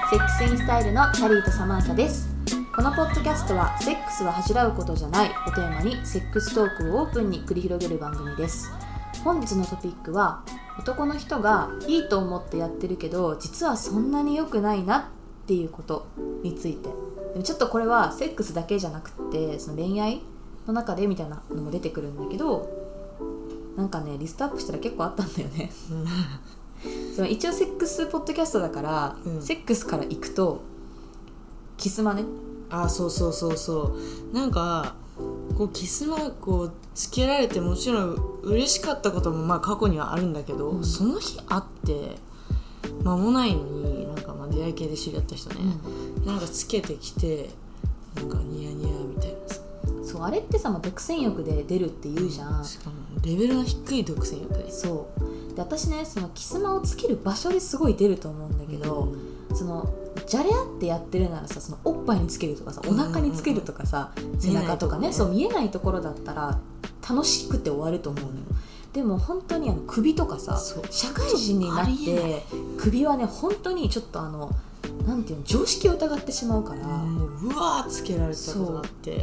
セックスインスタイルのキャリーとサマンサです。このポッドキャストはセックスは恥じらうことじゃないをテーマにセックストークをオープンに繰り広げる番組です。本日のトピックは男の人がいいと思ってやってるけど実はそんなに良くないなっていうことについて。でもちょっとこれはセックスだけじゃなくてその恋愛の中でみたいなのも出てくるんだけど、なんかねリストアップしたら結構あったんだよねその一応セックスポッドキャストだから、セックスから行くとキスマね。 そうなんかこうキスマこうつけられてもちろん嬉しかったこともまあ過去にはあるんだけど、その日会って間もないのになんかまあ出会い系で知り合った人ね、なんかつけてきてなんかニヤニヤみたいなさ。 そうあれってさ、独占欲で出るって言うじゃん。 しかもレベルの低い独占欲で。 そうで私ねそのキスマをつける場所ですごい出ると思うんだけど、そのじゃれ合ってやってるならさ、そのおっぱいにつけるとかさ、お腹につけるとかさ、背中とかね、そう見えないところだったら楽しくて終わると思うのよ。でも本当に首とかさ、社会人になって首はね本当にちょっとなんていうの、常識を疑ってしまうから、 うわーつけられたことがあって、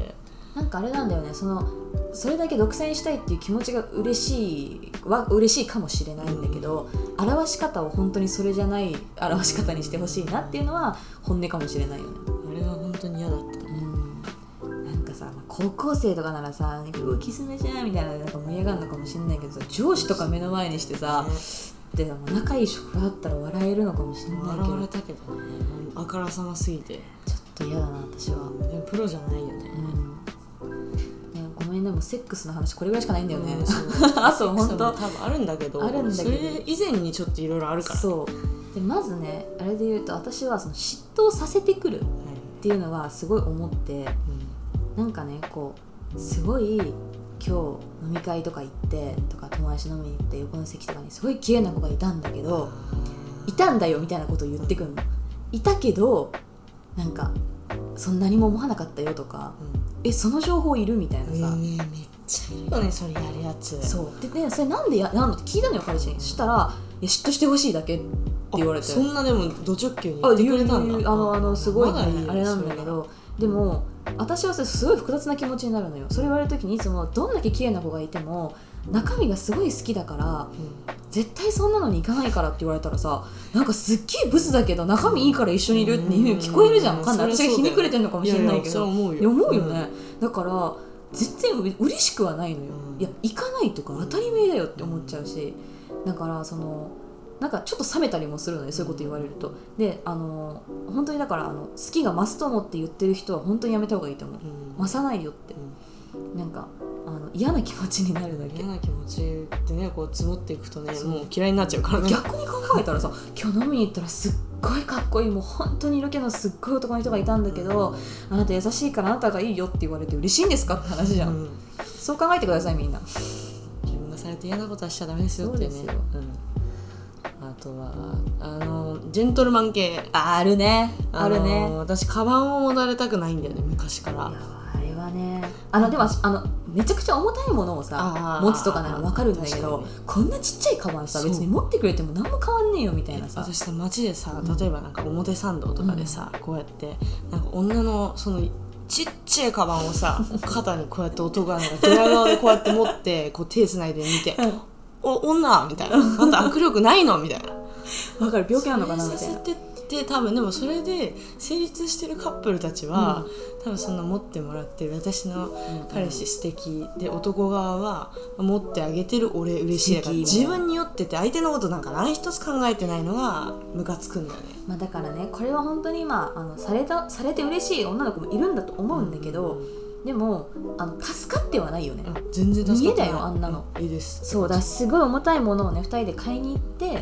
なんかあれなんだよね、それだけ独占したいっていう気持ちが嬉しいかもしれないんだけど、表し方を本当にそれじゃない表し方にしてほしいなっていうのは本音かもしれないよね。 あれは本当に嫌だった。 なんかさ、高校生とかならさキスめじゃんみたいななんか盛り上がるのかもしれないけどさ、上司とか目の前にしてさ、で仲いい職場だったら笑えるのかもしれないけど、 笑われたけどね、あからさますぎてちょっと嫌だな私は。 でもプロじゃないよね。 ごめんね、もうセックスの話これぐらいしかないんだよね、あと本当多分あるんだけど、それ以前にちょっといろいろあるから。 そうでまずね、あれで言うと私はその嫉妬させてくるっていうのはすごい思って、なんかねこうすごい今日飲み会とか行ってとか友達飲みに行って横の席とかにすごい綺麗な子がいたんだけど、いたんだよみたいなことを言ってくるの。いたけどなんかそんなにも思わなかったよとか、その情報いるみたいなさ、 めっちゃいいよねそれやるやつ。 そうでね、それなんでやんのって聞いたのよ彼氏に。そしたら嫉妬してほしいだけって言われて。 そんなでもド直球に言ってくれたんだ。 すごい、あれなんだけど、でも私はすごい複雑な気持ちになるのよ。それ言われるときにいつもどんだけ綺麗な子がいても中身がすごい好きだから、絶対そんなのに行かないからって言われたらさ、なんかすっげえブスだけど中身いいから一緒にいるっていう聞こえるじゃん。わかんない、私がひねくれてるのかもしれないけど、思うよね。だから全然嬉しくはないのよ。いや行かないとか当たり前だよって思っちゃうし、だからなんかちょっと冷めたりもするので、そういうこと言われると。で本当にだから好きが増すと思って言ってる人は本当にやめた方がいいと思う。増さないよって、なんか嫌な気持ちになるだけ。 嫌な気持ちってね、こう積もっていくとね、もう嫌いになっちゃうからね。 逆に考えたらさ、今日飲みに行ったらすっごいかっこいい、もう本当に色気のすっごい男の人がいたんだけど、あなた優しいからあなたがいいよって言われて嬉しいんですかって話じゃん、そう考えてくださいみんな。 自分がされて嫌なことはしちゃダメですよってね。あとはジェントルマン系あるね。 私カバンを持たれたくないんだよね、昔から。 あれはね、でもめちゃくちゃ重たいものをさ持つとかなら分かるんだけど、こんなちっちゃいカバンさ別に持ってくれても何も変わんねえよみたいなさ。 私さ街でさ、例えばなんか表参道とかでさ、こうやってなんか女のそのちっちゃいカバンをさ肩にこうやって男がなんかドヤ顔でこうやって持ってこう手つないで見て女みたいな、あんた握力ないのみたいな。 わかる、病気なのかなみたいな。 それさせてって多分でもそれで成立してるカップルたちは、多分そんな持ってもらってる私の彼氏素敵で、男側は持ってあげてる俺嬉しいだから、自分に酔ってて相手のことなんか何一つ考えてないのがムカつくんだよね。 だからね、これは本当にされて嬉しい女の子もいるんだと思うんだけど、でも助かってはないよね。 全然助かってない。 家だよあんなの。 いいです。 そうだ、すごい重たいものをね2人で買いに行って、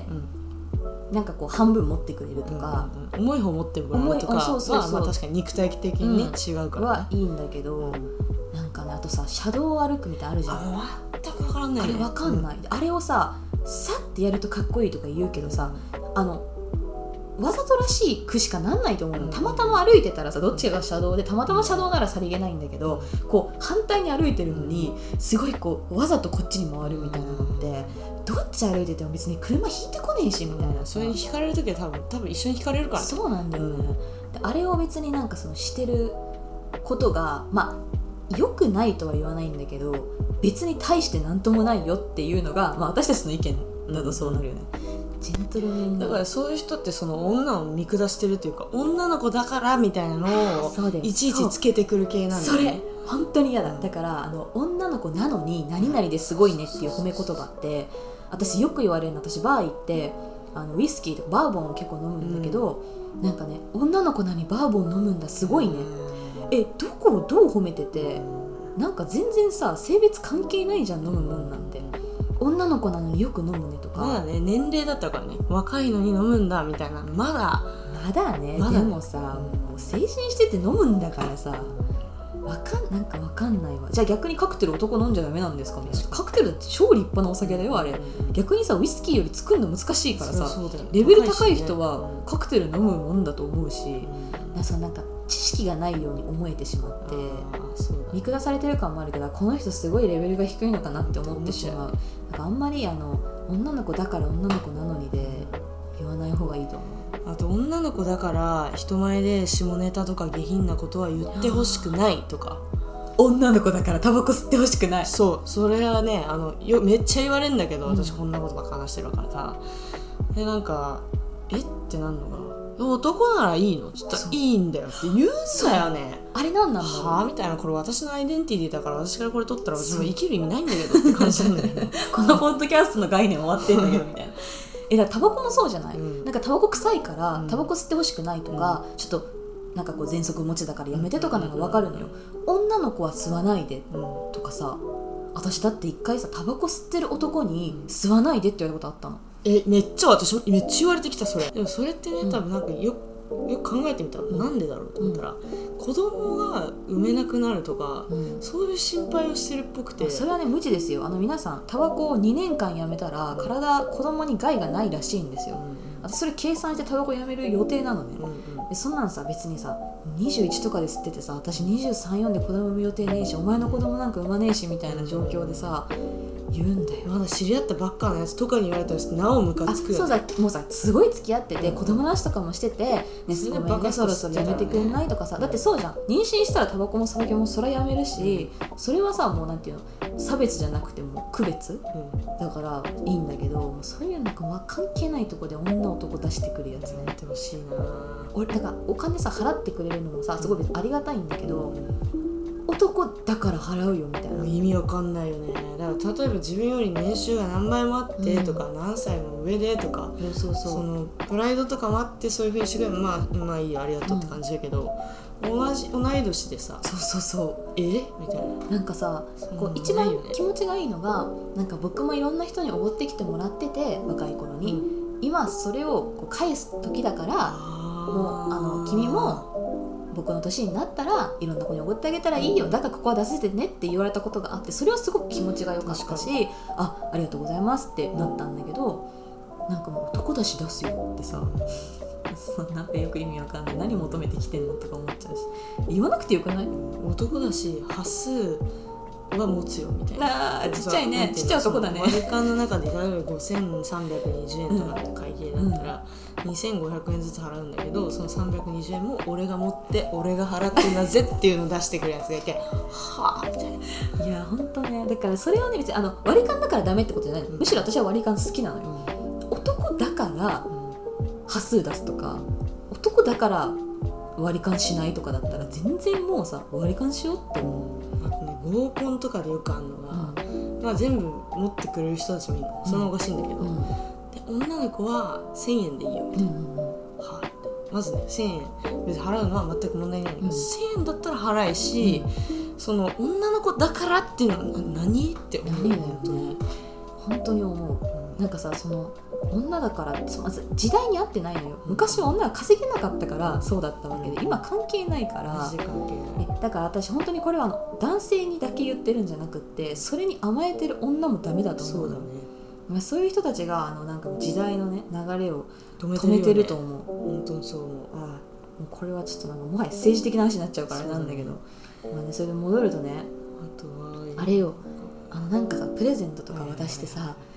なんかこう半分持ってくれるとか、 重い方持ってもらうとかはまあ確かに肉体的に、違うから、 はいいんだけど、なんかね、あとさ車道を歩くみたいなのあるじゃん。 全く分からんない、 あれ分かんない、あれをさってやるとかっこいいとか言うけどさ、わざとらしい句しかなんないと思うの。たまたま歩いてたらさ、どっちかが車道でたまたま車道ならさりげないんだけど、こう反対に歩いてるのにすごいこうわざとこっちに回るみたいなのってどっち歩いてても別に車引いてこねえしみたいな、 それに惹かれる時は多分一緒に惹かれるから、ね、 そうなんだよね、であれを別になんかそのしてることがまあ良くないとは言わないんだけど、別に大してなんともないよっていうのが、まあ、私たちの意見だとそうなるよね、ジェントルメンだからそういう人ってその女を見下してるというか、女の子だからみたいなのをいちいちつけてくる系なんだよね。 それ本当に嫌だ。だから女の子なのに何々ですごいねっていう褒め言葉って私よく言われるの。私バー行ってウイスキーとかバーボンを結構飲むんだけど、なんかね、女の子なのにバーボン飲むんだすごいね、どこをどう褒めてて、なんか全然さ性別関係ないじゃん飲むもんなんて。女の子なのによく飲むねとか、 まだね年齢だったからね、若いのに飲むんだみたいな、まだね、でもさ、もう成人してて飲むんだからさ、なんかわかんないわ。じゃあ逆にカクテル男飲んじゃダメなんですかね。カクテルって超立派なお酒だよあれ、逆にさウイスキーより作るの難しいからさ、レベル高い人はカクテル飲むもんだと思うし、なんか知識がないように思えてしまって、見下されてる感もあるけど、この人すごいレベルが低いのかなって思ってしまう。なんかあんまり女の子だから女の子なのにで言わない方がいいと思う。 あと女の子だから人前で下ネタとか下品なことは言ってほしくないとか、 女の子だからタバコ吸ってほしくない。 それはねめっちゃ言われるんだけど、私こんなことばっか話してるからさ、でなんかってなんのが、男ならいいのって言ったらいいんだよって言うんだよね。 あれなんなんだろう、 はあみたいな、これ私のアイデンティティだから私からこれ取ったら私も生きる意味ないんだけどって感じなんだよねこのポッドキャストの概念終わってんだけどみたいなだからタバコもそうじゃない、なんかタバコ臭いからタバコ吸ってほしくないとか、ちょっとなんかこう喘息持ちだからやめてとかなの分かるのよ、女の子は吸わないでとかさ、私だって一回さタバコ吸ってる男に吸わないでって言われたことあったの。 私めっちゃ言われてきたそれ。でもそれってね、多分なんかよく考えてみたら、なんでだろうと思ったら、子供が産めなくなるとか、そういう心配をしてるっぽくて。 それはね無知ですよ。皆さんタバコを2年間やめたら子供に害がないらしいんですよ、私それ計算してタバコやめる予定なのね、でそんなんさ別にさ21とかで吸っててさ、私23、4で子供産む予定ねえし、お前の子供なんか産まねえしみたいな状況でさ言うんだよ。 まだ知り合ったばっかのやつとかに言われたらなおムカつくよ、ね、 そうさ、もうさすごい付き合ってて、子供の話とかもしてて、ね、ごめんねそろそろやめてくんないとかさ、だってそうじゃん、妊娠したらタバコも酒もそらやめるし、それはさもうなんていうの、差別じゃなくても区別、だからいいんだけど、そういうなんか関係ないとこで女男出してくるやつね、 やってほしいな。 俺だからお金さ払ってくれるのもさすごいありがたいんだけど、男だから払うよみたいな、 意味わかんないよね。だから例えば自分より年収が何倍もあってとか、何歳も上でとか、そのプライドとかもあってそういうふうにしてくれる、まあいいよありがとうって感じだけど、同い年でさ、 そうみたいな、 なんかさこう一番気持ちがいいのが、なんか僕もいろんな人におごってきてもらってて若い頃に、今それをこう返す時だから、もう君も僕の年になったらいろんな子におごってあげたらいいよ、だからここは出せてねって言われたことがあって、それはすごく気持ちが良かったし、ありがとうございますってなったんだけど、なんかもう男だし出すよってさなんかよく意味わかんない、何求めてきてんのとか思っちゃうし、言わなくてよくない？ 男だし端数は持つよみたいな。 ちっちゃいね、ちっちゃい男だね。 割り勘の中で例えば5320円とかの会計だったら、2500円ずつ払うんだけど、その320円も俺が持って俺が払ってんだぜっていうのを出してくるやつがいてはぁみたいな。 いやほんとね、だからそれをね別に割り勘だからダメってことじゃないの、むしろ私は割り勘好きなのよ、男だから端数出すとか、男だから割り勘しないとかだったら全然もうさ割り勘しようって思う。 あとね、合コンとかでよくあるのが、まあ、全部持ってくれる人たちもいるの、そのおかしいんだけど、で女の子は1000円でいいよみたいな、まずね1000円別に払うのは全く問題ないんだけど、1000円だったら払えし、その女の子だからっていうのは何って思う。 何だよね、本当に思う。なんかさその女だからってまず時代に合ってないのよ。昔は女は稼げなかったからそうだったわけで、今関係ないから、だから私本当にこれは男性にだけ言ってるんじゃなくって、それに甘えてる女もダメだと思う。 そうだね、 そういう人たちがなんか時代のね流れを止めてると思う。 本当にそう思う。 もうこれはちょっとなんかもはや政治的な話になっちゃうからなんだけど、まあね、それで戻るとね、 あとはあれよ、なんかさプレゼントとか渡してさ、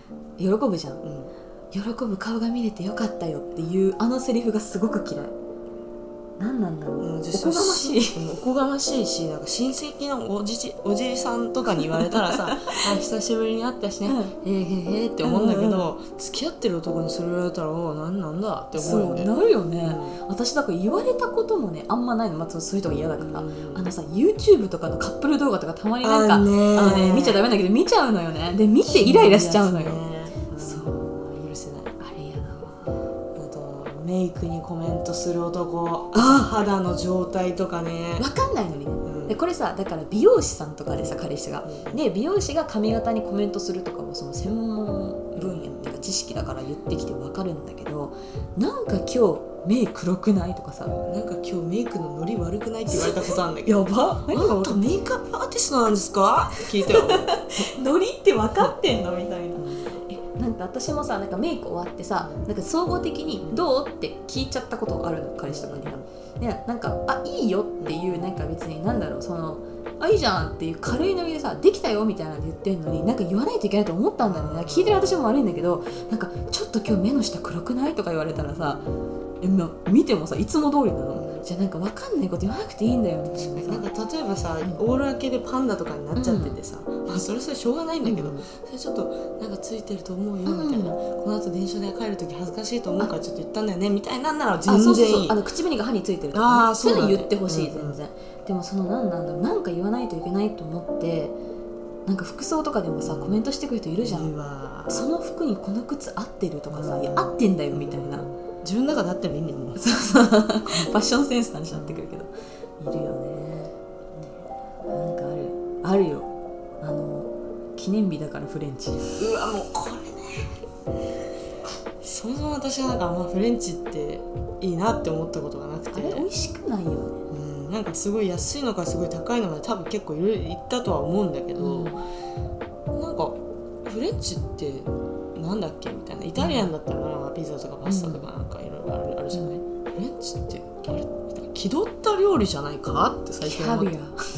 喜ぶじゃん、喜ぶ顔が見れてよかったよっていうあのセリフがすごく嫌い。何なんだろう、おこがましいおこがましいし、なんか親戚のおじさんとかに言われたらさあ久しぶりに会ったしね、へへって思うんだけど、付き合ってる男にそれ言われたらなんだって思うよね。 そうなるよね、私だから言われたこともねあんまないの、そういう人が嫌だから、YouTube とかのカップル動画とかたまになんか見ちゃダメだけど見ちゃうのよね。で見てイライラしちゃうのよ、 そう許せない。あれやな。あとメイクにコメントする男、肌の状態とかね分かんないのにね、でこれさだから美容師さんとかでさ彼氏が、で美容師が髪型にコメントするとかもその専門分野っていうか知識だから言ってきて分かるんだけど、なんか今日目黒くないとかさ、 なんか今日メイクのノリ悪くないって言われたことあるんだけどやば、 あんたメイクアップアーティストなんですかって聞いてよノリって分かってんのみたいな、なんか私もさなんかメイク終わってさなんか総合的にどうって聞いちゃったことあるの彼氏とかにね、なんかいいよっていうなんか別になんだろうそのいいじゃんっていう軽いノリでさできたよみたいなの言ってんのになんか言わないといけないと思ったんだよね。聞いてる私も悪いんだけどなんかちょっと今日目の下黒くないとか言われたらさ見てもさいつも通りなの、じゃあなんか分かんないこと言わなくていいんだよみたいなさ、 なんか例えばさ、オール明けでパンダとかになっちゃっててさ、まあそれしょうがないんだけど、それちょっとなんかついてると思うよみたいな、この後電車で帰るとき恥ずかしいと思うからちょっと言ったんだよねみたいなんなら全然いい。 そう口紅が歯についてるとか、ね、そういうの言ってほしい、 全然。でもそのなんだろうなんか言わないといけないと思ってなんか服装とかでもさコメントしてくる人いるじゃん、その服にこの靴合ってるとかさ、いや合ってんだよみたいな、 自分の中で合ってもいいんだよもうそうファッションセンスなんてなってくるけどいるよね。なんかあるよ記念日だからフレンチ。 うわもうこれねそもそも私はなんかあんまフレンチっていいなって思ったことがなくて、 あれ美味しくないよね、 なんかすごい安いのかすごい高いのか多分結構いろいろ言ったとは思うんだけど、なんかフレンチってなんだっけみたいな、イタリアンだったらなんかピザとかパスタとかなんかいろいろあるじゃない、フレンチってあれ気取った料理じゃないかって最近思って。 キャビア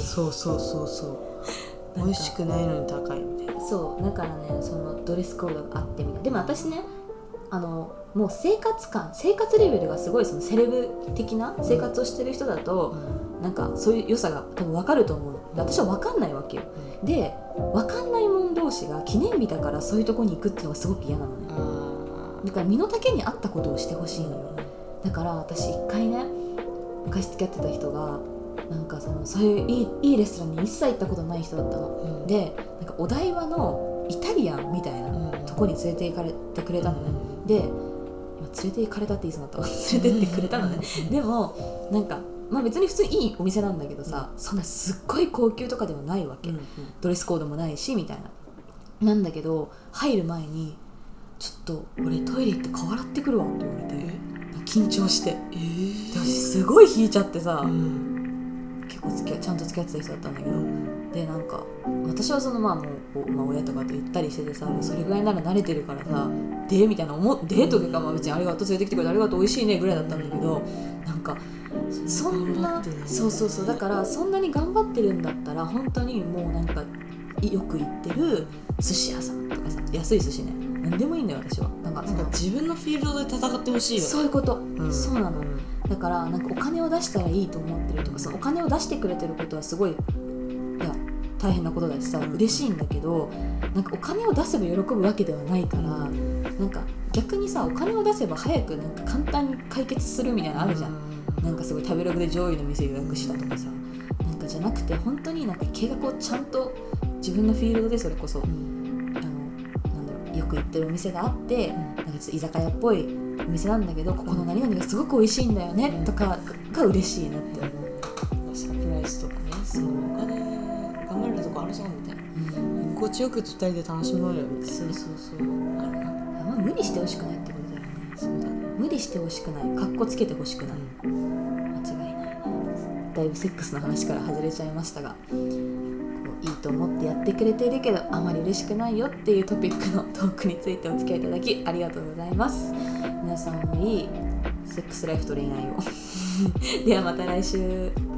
そう美味しくないのに高いみたいな。 そうだからねそのドレスコードがあってみたいな。でも私ねもう生活レベルがすごいそのセレブ的な生活をしてる人だと、なんかそういう良さが多分分かると思う。私は分かんないわけよ、で分かんない者同士が記念日だからそういうとこに行くっていうのがすごく嫌なのね。だから身の丈に合ったことをしてほしいのよ。だから私一回ね昔付き合ってた人がなんかそういういいレストランに一切行ったことない人だったの、でなんかお台場のイタリアンみたいなとこに連れて行かれてくれたのね、で連れて行かれたって言いそうになった連れてってくれたのねでもなんかまあ別に普通にいいお店なんだけどさ、そんなすっごい高級とかではないわけ、ドレスコードもないしみたいななんだけど入る前にちょっと俺トイレ行って顔洗ってくるわって言われて、緊張して、で私すごい引いちゃってさ、結構ちゃんと付き合ってた人だったんだけど、でなんか私はそのまあ親とかと言ったりしててさ、それぐらいなら慣れてるからさみたいなデートとかまあ別にありがとう連れてきてくれてありがとう美味しいねぐらいだったんだけど、なんかそんなそうだからそんなに頑張ってるんだったら本当にもうなんかよく行ってる寿司屋さんとかさ、安い寿司ね何でもいいんだよ私は。なんか自分のフィールドで戦ってほしいよね。 そういうこと、そうなの、だからなんかお金を出したらいいと思ってるとか、そのお金を出してくれてることはすごい大変なことだしさ嬉しいんだけど、なんかお金を出せば喜ぶわけではないから、なんか逆にさお金を出せば早くなんか簡単に解決するみたいなのあるじゃん、なんかすごい食べログで上位の店予約したとかさ、なんかじゃなくて本当になんか計画をちゃんと自分のフィールドでそれこそ、なんだろうよく行ってるお店があって、なんかちょっと居酒屋っぽいお店なんだけどここの何々がすごく美味しいんだよね、とかが嬉しいなって思う。 サプライズとかね、そうお金頑張れるとこあるじゃんみたいな、心地よく2人で楽しもうよみたいな。 そうあるな。まあ無理してほしくないってことだよね。そうだね、無理してほしくない、かっこつけてほしくない、間違いないね。だいぶセックスの話から外れちゃいましたが、こういいと思ってやってくれているけどあまり嬉しくないよっていうトピックのトークについてお付き合いいただきありがとうございます。皆さんもいいセックスライフと恋愛をではまた来週。